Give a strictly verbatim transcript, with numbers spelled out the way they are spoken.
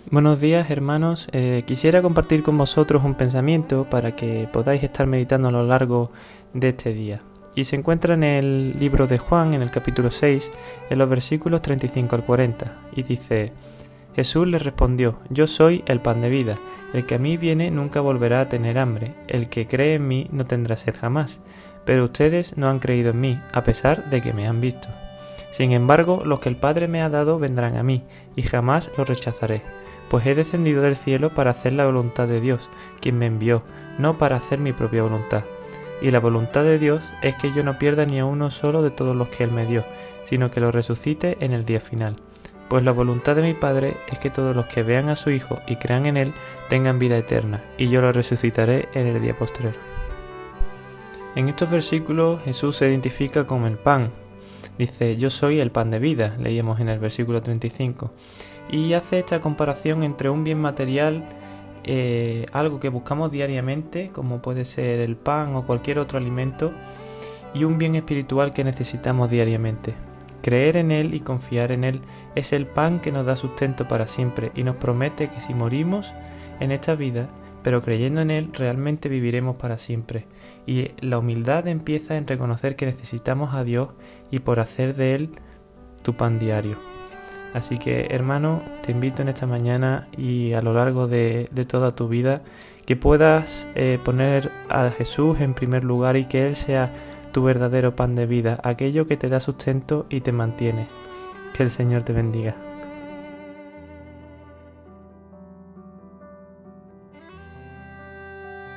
Buenos días, hermanos. Eh, quisiera compartir con vosotros un pensamiento para que podáis estar meditando a lo largo de este día. Y se encuentra en el libro de Juan, en el capítulo seis, en los versículos treinta y cinco al cuarenta, y dice: Jesús les respondió: Yo soy el pan de vida. El que a mí viene nunca volverá a tener hambre. El que cree en mí no tendrá sed jamás. Pero ustedes no han creído en mí, a pesar de que me han visto. Sin embargo, los que el Padre me ha dado vendrán a mí, y jamás los rechazaré. Pues he descendido del cielo para hacer la voluntad de Dios, quien me envió, no para hacer mi propia voluntad. Y la voluntad de Dios es que yo no pierda ni a uno solo de todos los que Él me dio, sino que lo resucite en el día final. Pues la voluntad de mi Padre es que todos los que vean a su Hijo y crean en Él tengan vida eterna, y yo lo resucitaré en el día postrero. En estos versículos Jesús se identifica como el pan. Dice: yo soy el pan de vida, leíamos en el versículo treinta y cinco. Y hace esta comparación entre un bien material, eh, algo que buscamos diariamente, como puede ser el pan o cualquier otro alimento, y un bien espiritual que necesitamos diariamente. Creer en Él y confiar en Él es el pan que nos da sustento para siempre y nos promete que si morimos en esta vida, pero creyendo en Él, realmente viviremos para siempre. Y la humildad empieza en reconocer que necesitamos a Dios y por hacer de Él tu pan diario. Así que, hermano, te invito en esta mañana y a lo largo de, de toda tu vida que puedas eh, poner a Jesús en primer lugar y que Él sea tu verdadero pan de vida, aquello que te da sustento y te mantiene. Que el Señor te bendiga.